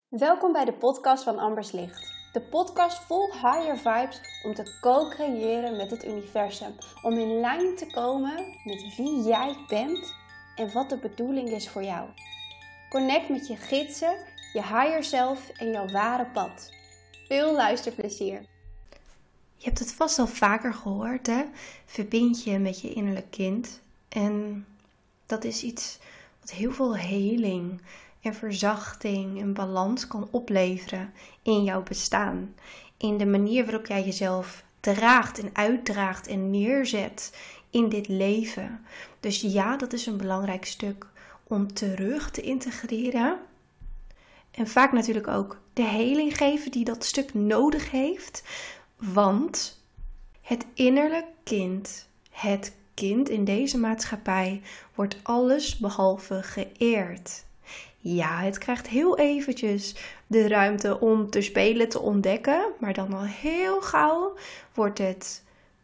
Welkom bij de podcast van Ambers Licht. De podcast vol higher vibes om te co-creëren met het universum. Om in lijn te komen met wie jij bent en wat de bedoeling is voor jou. Connect met je gidsen, je higher self en jouw ware pad. Veel luisterplezier. Je hebt het vast al vaker gehoord, hè? Verbind je met je innerlijk kind. En dat is iets wat heel veel heling en verzachting en balans kan opleveren in jouw bestaan. In de manier waarop jij jezelf draagt en uitdraagt en neerzet in dit leven. Dus ja, dat is een belangrijk stuk om terug te integreren. En vaak natuurlijk ook de heling geven die dat stuk nodig heeft. Want het innerlijk kind, het kind in deze maatschappij, wordt alles behalve geëerd. Ja, het krijgt heel eventjes de ruimte om te spelen, te ontdekken. Maar dan al heel gauw wordt het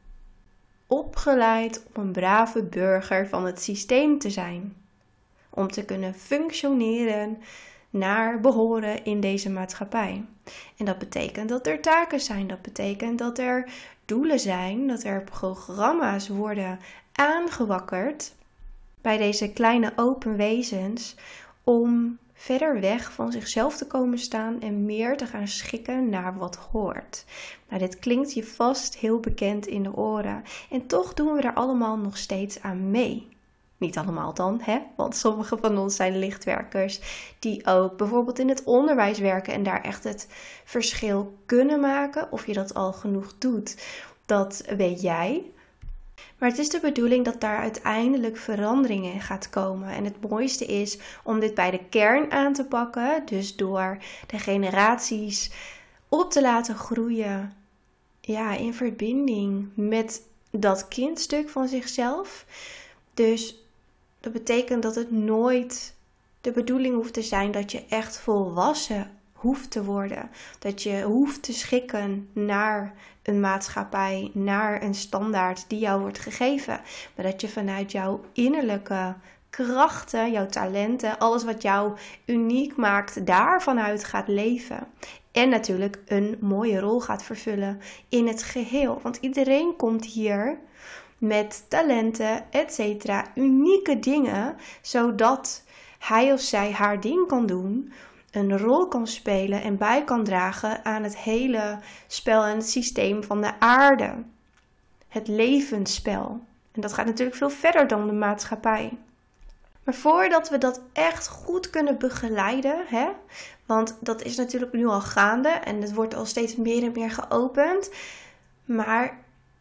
opgeleid om een brave burger van het systeem te zijn. Om te kunnen functioneren naar behoren in deze maatschappij. En dat betekent dat er taken zijn. Dat betekent dat er doelen zijn. Dat er programma's worden aangewakkerd bij deze kleine open wezens. Om verder weg van zichzelf te komen staan en meer te gaan schikken naar wat hoort. Nou, dit klinkt je vast heel bekend in de oren. En toch doen we er allemaal nog steeds aan mee. Niet allemaal dan, hè? Want sommige van ons zijn lichtwerkers die ook bijvoorbeeld in het onderwijs werken en daar echt het verschil kunnen maken. Of je dat al genoeg doet, dat weet jij. Maar het is de bedoeling dat daar uiteindelijk veranderingen in gaat komen. En het mooiste is om dit bij de kern aan te pakken. Dus door de generaties op te laten groeien. Ja, in verbinding met dat kindstuk van zichzelf. Dus dat betekent dat het nooit de bedoeling hoeft te zijn dat je echt volwassen hoeft te worden. Dat je hoeft te schikken naar een maatschappij, naar een standaard die jou wordt gegeven. Maar dat je vanuit jouw innerlijke krachten, jouw talenten, alles wat jou uniek maakt, daarvanuit gaat leven. En natuurlijk een mooie rol gaat vervullen in het geheel. Want iedereen komt hier met talenten, etc. unieke dingen, zodat hij of zij haar ding kan doen, een rol kan spelen en bij kan dragen aan het hele spel en het systeem van de aarde. Het levensspel. En dat gaat natuurlijk veel verder dan de maatschappij. Maar voordat we dat echt goed kunnen begeleiden, hè, want dat is natuurlijk nu al gaande en het wordt al steeds meer en meer geopend, maar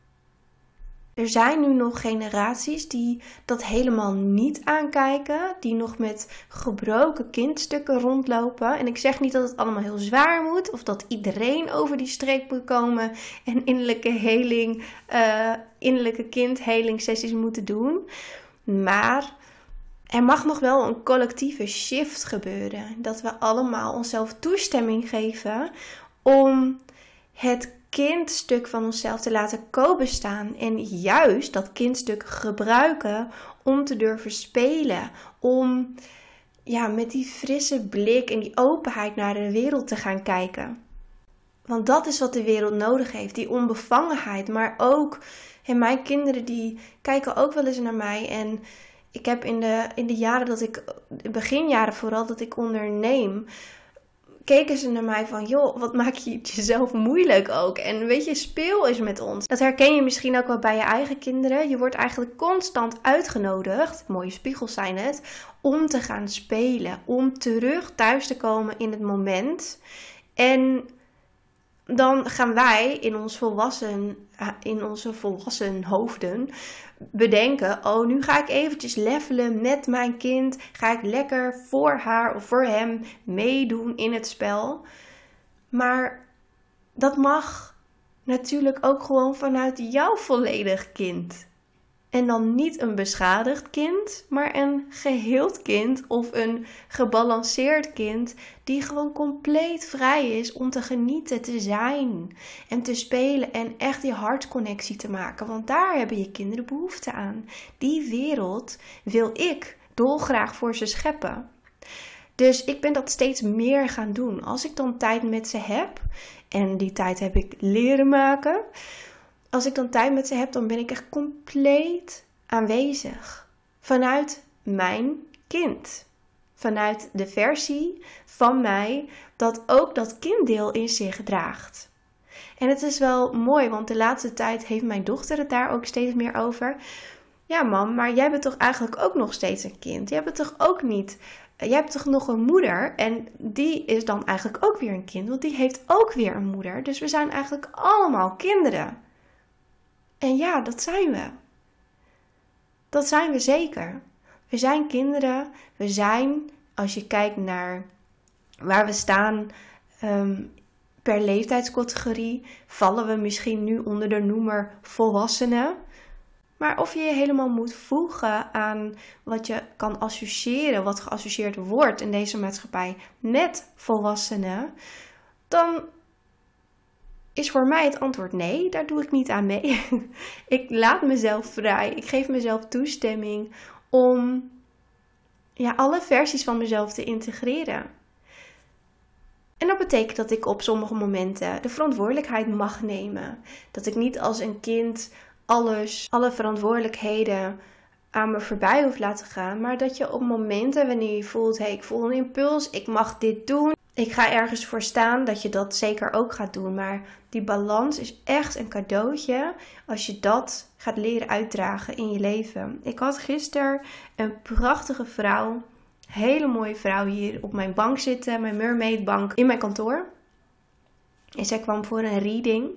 er zijn nu nog generaties die dat helemaal niet aankijken. Die nog met gebroken kindstukken rondlopen. En ik zeg niet dat het allemaal heel zwaar moet. Of dat iedereen over die streep moet komen. En innerlijke kindhelingssessies moeten doen. Maar er mag nog wel een collectieve shift gebeuren. Dat we allemaal onszelf toestemming geven om het kindstuk van onszelf te laten co-bestaan en juist dat kindstuk gebruiken om te durven spelen, om met die frisse blik en die openheid naar de wereld te gaan kijken. Want dat is wat de wereld nodig heeft, die onbevangenheid, maar ook mijn kinderen die kijken ook wel eens naar mij en ik heb in de jaren de beginjaren vooral dat ik onderneem, keken ze naar mij van, joh, wat maak je het jezelf moeilijk ook? En weet je, speel eens met ons. Dat herken je misschien ook wel bij je eigen kinderen. Je wordt eigenlijk constant uitgenodigd, mooie spiegels zijn het, om te gaan spelen. Om terug thuis te komen in het moment. En dan gaan wij in onze volwassen hoofden bedenken, oh, nu ga ik eventjes levelen met mijn kind. Ga ik lekker voor haar of voor hem meedoen in het spel. Maar dat mag natuurlijk ook gewoon vanuit jouw volledig kind. En dan niet een beschadigd kind, maar een geheeld kind of een gebalanceerd kind die gewoon compleet vrij is om te genieten, te zijn en te spelen en echt die hartconnectie te maken. Want daar hebben je kinderen behoefte aan. Die wereld wil ik dolgraag voor ze scheppen. Dus ik ben dat steeds meer gaan doen. Als ik dan tijd met ze heb, en die tijd heb ik leren maken. Als ik dan tijd met ze heb, dan ben ik echt compleet aanwezig. Vanuit mijn kind. Vanuit de versie van mij dat ook dat kinddeel in zich draagt. En het is wel mooi, want de laatste tijd heeft mijn dochter het daar ook steeds meer over. Ja, mam, maar jij bent toch eigenlijk ook nog steeds een kind? Jij hebt toch nog een moeder? En die is dan eigenlijk ook weer een kind, want die heeft ook weer een moeder. Dus we zijn eigenlijk allemaal kinderen. En ja, dat zijn we. Dat zijn we zeker. We zijn kinderen. We zijn, als je kijkt naar waar we staan per leeftijdscategorie, vallen we misschien nu onder de noemer volwassenen. Maar of je je helemaal moet voegen aan wat je kan associëren, wat geassocieerd wordt in deze maatschappij met volwassenen, dan is voor mij het antwoord nee, daar doe ik niet aan mee. Ik laat mezelf vrij, ik geef mezelf toestemming om alle versies van mezelf te integreren. En dat betekent dat ik op sommige momenten de verantwoordelijkheid mag nemen. Dat ik niet als een kind alle verantwoordelijkheden aan me voorbij hoeft laten gaan. Maar dat je op momenten wanneer je voelt, ik voel een impuls, ik mag dit doen. Ik ga ergens voor staan, dat je dat zeker ook gaat doen. Maar die balans is echt een cadeautje als je dat gaat leren uitdragen in je leven. Ik had gisteren een prachtige vrouw, hele mooie vrouw hier op mijn bank zitten, mijn mermaid bank in mijn kantoor. En zij kwam voor een reading.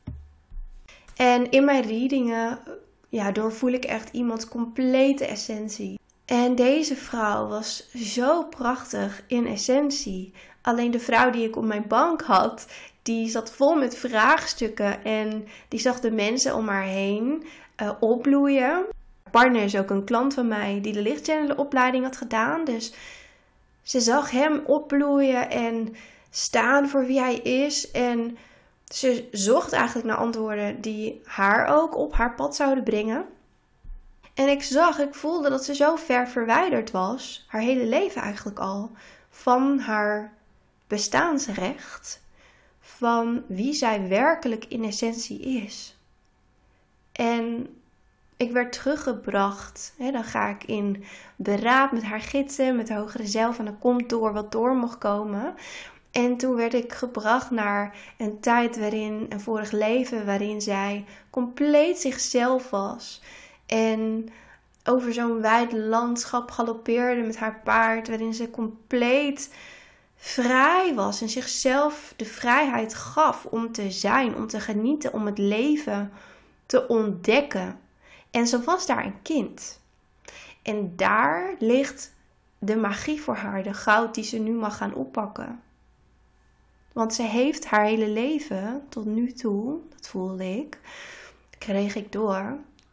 En in mijn readingen, doorvoel ik echt iemands complete essentie. En deze vrouw was zo prachtig in essentie. Alleen de vrouw die ik op mijn bank had, die zat vol met vraagstukken. En die zag de mensen om haar heen opbloeien. Mijn partner is ook een klant van mij die de lichtchannelenopleiding had gedaan. Dus ze zag hem opbloeien en staan voor wie hij is. En ze zocht eigenlijk naar antwoorden die haar ook op haar pad zouden brengen. En ik voelde dat ze zo ver verwijderd was, haar hele leven eigenlijk al, van haar bestaansrecht, van wie zij werkelijk in essentie is. En ik werd teruggebracht, dan ga ik in beraad met haar gidsen, met de hogere zelf en dan komt door wat door mocht komen. En toen werd ik gebracht naar een tijd een vorig leven waarin zij compleet zichzelf was. En over zo'n wijd landschap galoppeerde met haar paard, waarin ze compleet vrij was en zichzelf de vrijheid gaf om te zijn, om te genieten, om het leven te ontdekken. En ze was daar een kind. En daar ligt de magie voor haar, de goud die ze nu mag gaan oppakken. Want ze heeft haar hele leven tot nu toe, dat voelde ik, kreeg ik door,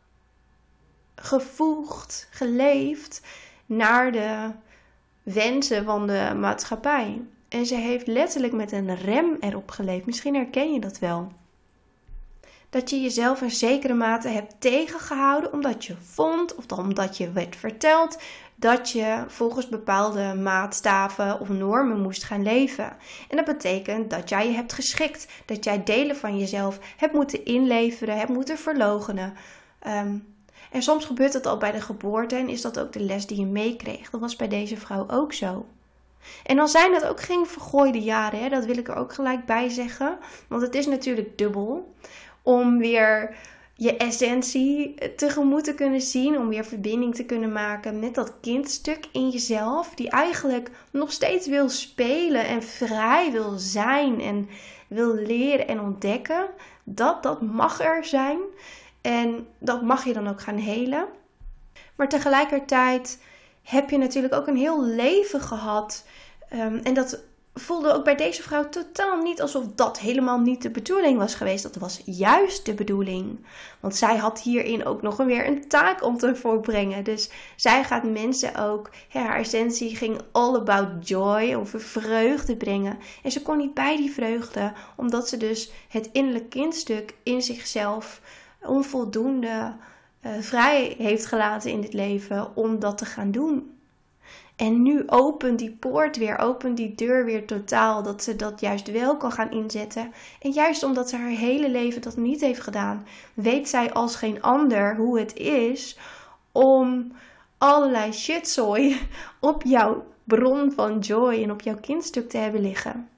gevoegd, geleefd naar de wensen van de maatschappij. En ze heeft letterlijk met een rem erop geleefd. Misschien herken je dat wel. Dat je jezelf in zekere mate hebt tegengehouden omdat je vond of omdat je werd verteld dat je volgens bepaalde maatstaven of normen moest gaan leven. En dat betekent dat jij je hebt geschikt, dat jij delen van jezelf hebt moeten inleveren, hebt moeten verloochenen. En soms gebeurt dat al bij de geboorte en is dat ook de les die je meekreeg. Dat was bij deze vrouw ook zo. En dan zijn het ook geen vergooide jaren, dat wil ik er ook gelijk bij zeggen. Want het is natuurlijk dubbel om weer je essentie tegemoet te kunnen zien, om weer verbinding te kunnen maken met dat kindstuk in jezelf, die eigenlijk nog steeds wil spelen en vrij wil zijn en wil leren en ontdekken. Dat mag er zijn en dat mag je dan ook gaan helen. Maar tegelijkertijd heb je natuurlijk ook een heel leven gehad en dat voelde ook bij deze vrouw totaal niet alsof dat helemaal niet de bedoeling was geweest. Dat was juist de bedoeling. Want zij had hierin ook nog weer een taak om te volbrengen. Dus zij gaat mensen ook, haar essentie ging all about joy, over vreugde brengen. En ze kon niet bij die vreugde, omdat ze dus het innerlijk kindstuk in zichzelf onvoldoende vrij heeft gelaten in dit leven om dat te gaan doen. En nu opent die poort weer, opent die deur weer totaal, dat ze dat juist wel kan gaan inzetten. En juist omdat ze haar hele leven dat niet heeft gedaan, weet zij als geen ander hoe het is om allerlei shitzooi op jouw bron van joy en op jouw kindstuk te hebben liggen.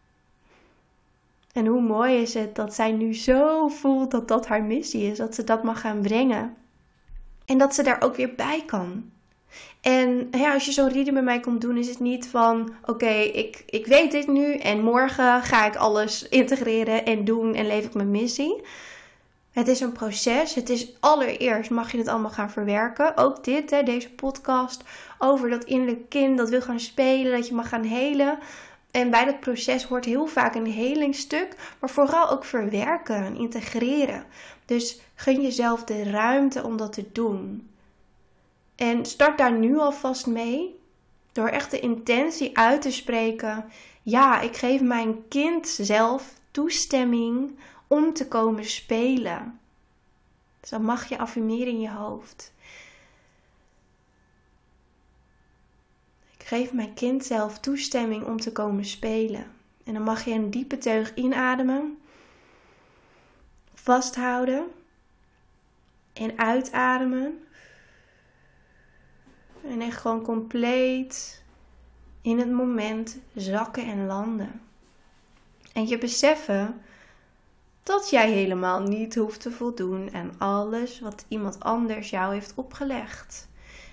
En hoe mooi is het dat zij nu zo voelt dat dat haar missie is, dat ze dat mag gaan brengen. En dat ze daar ook weer bij kan. En ja, als je zo'n reading met mij komt doen, is het niet van, oké, ik weet dit nu en morgen ga ik alles integreren en doen en leef ik mijn missie. Het is een proces. Het is allereerst mag je het allemaal gaan verwerken. Ook dit, deze podcast over dat innerlijke kind dat wil gaan spelen, dat je mag gaan helen. En bij dat proces hoort heel vaak een helingstuk, maar vooral ook verwerken en integreren. Dus gun jezelf de ruimte om dat te doen. En start daar nu alvast mee, door echt de intentie uit te spreken. Ja, ik geef mijn kind zelf toestemming om te komen spelen. Dus dan mag je affirmeren in je hoofd. Ik geef mijn kind zelf toestemming om te komen spelen. En dan mag je een diepe teug inademen. Vasthouden. En uitademen. En echt gewoon compleet in het moment zakken en landen. En je beseffen dat jij helemaal niet hoeft te voldoen aan alles wat iemand anders jou heeft opgelegd.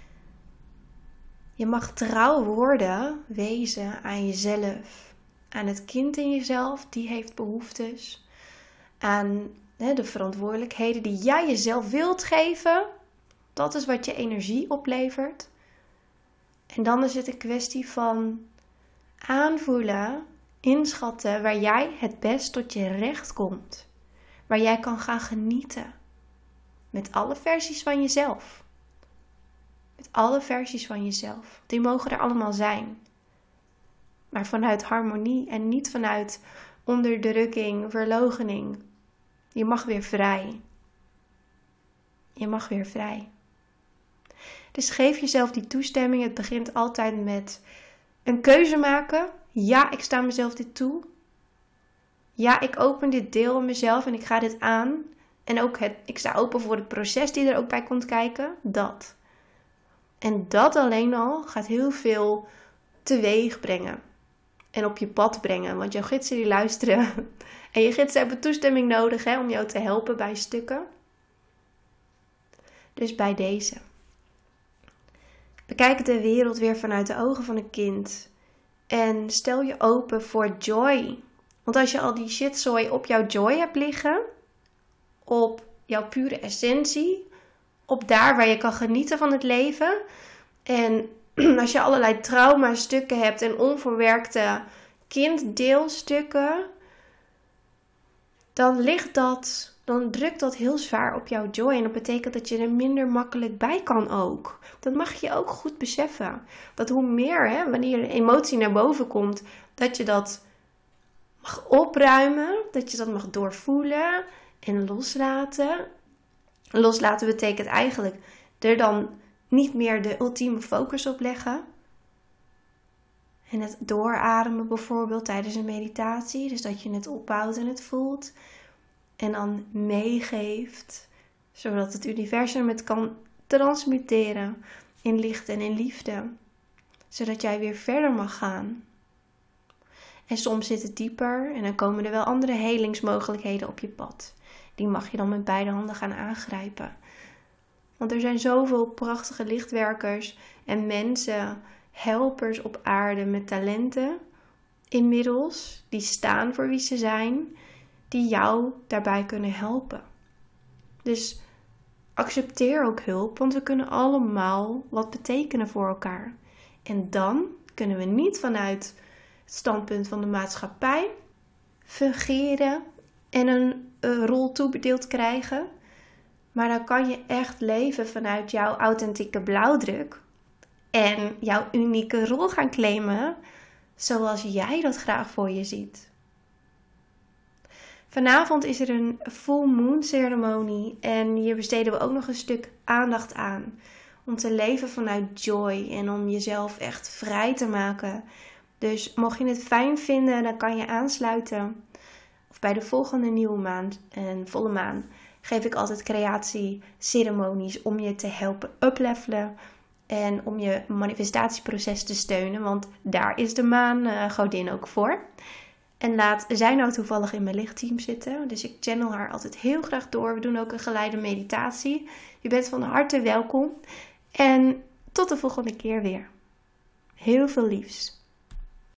Je mag trouw worden, wezen aan jezelf. Aan het kind in jezelf, die heeft behoeftes. Aan de verantwoordelijkheden die jij jezelf wilt geven. Dat is wat je energie oplevert. En dan is het een kwestie van aanvoelen, inschatten waar jij het best tot je recht komt. Waar jij kan gaan genieten. Met alle versies van jezelf. Met alle versies van jezelf. Die mogen er allemaal zijn. Maar vanuit harmonie en niet vanuit onderdrukking, verloochening. Je mag weer vrij. Je mag weer vrij. Dus geef jezelf die toestemming. Het begint altijd met een keuze maken. Ja, ik sta mezelf dit toe. Ja, ik open dit deel in mezelf en ik ga dit aan. En ook ik sta open voor het proces die er ook bij komt kijken. Dat. En dat alleen al gaat heel veel teweeg brengen. En op je pad brengen. Want jouw gidsen die luisteren. En je gidsen hebben toestemming nodig om jou te helpen bij stukken. Dus bij deze. Bekijk de wereld weer vanuit de ogen van een kind. En stel je open voor joy. Want als je al die shitzooi op jouw joy hebt liggen. Op jouw pure essentie. Op daar waar je kan genieten van het leven. En als je allerlei traumastukken hebt en onverwerkte kinddeelstukken. Dan drukt dat heel zwaar op jouw joy. En dat betekent dat je er minder makkelijk bij kan ook. Dat mag je ook goed beseffen. Dat hoe meer, wanneer de emotie naar boven komt, dat je dat mag opruimen. Dat je dat mag doorvoelen en loslaten. Loslaten betekent eigenlijk er dan niet meer de ultieme focus op leggen. En het doorademen bijvoorbeeld tijdens een meditatie. Dus dat je het opbouwt en het voelt. En dan meegeeft. Zodat het universum het kan transmuteren in licht en in liefde. Zodat jij weer verder mag gaan. En soms zit het dieper en dan komen er wel andere helingsmogelijkheden op je pad. Die mag je dan met beide handen gaan aangrijpen. Want er zijn zoveel prachtige lichtwerkers en mensen, helpers op aarde met talenten inmiddels. Die staan voor wie ze zijn, die jou daarbij kunnen helpen. Dus accepteer ook hulp, want we kunnen allemaal wat betekenen voor elkaar. En dan kunnen we niet vanuit het standpunt van de maatschappij fungeren en een rol toebedeeld krijgen. Maar dan kan je echt leven vanuit jouw authentieke blauwdruk. En jouw unieke rol gaan claimen zoals jij dat graag voor je ziet. Vanavond is er een full moon ceremonie. En hier besteden we ook nog een stuk aandacht aan. Om te leven vanuit joy en om jezelf echt vrij te maken. Dus mocht je het fijn vinden, dan kan je aansluiten. Of bij de volgende nieuwe maan en volle maan geef ik altijd creatieceremonies om je te helpen uplevelen. En om je manifestatieproces te steunen, want daar is de maangodin ook voor. En laat zij nou toevallig in mijn lichtteam zitten. Dus ik channel haar altijd heel graag door. We doen ook een geleide meditatie. Je bent van harte welkom. En tot de volgende keer weer. Heel veel liefs.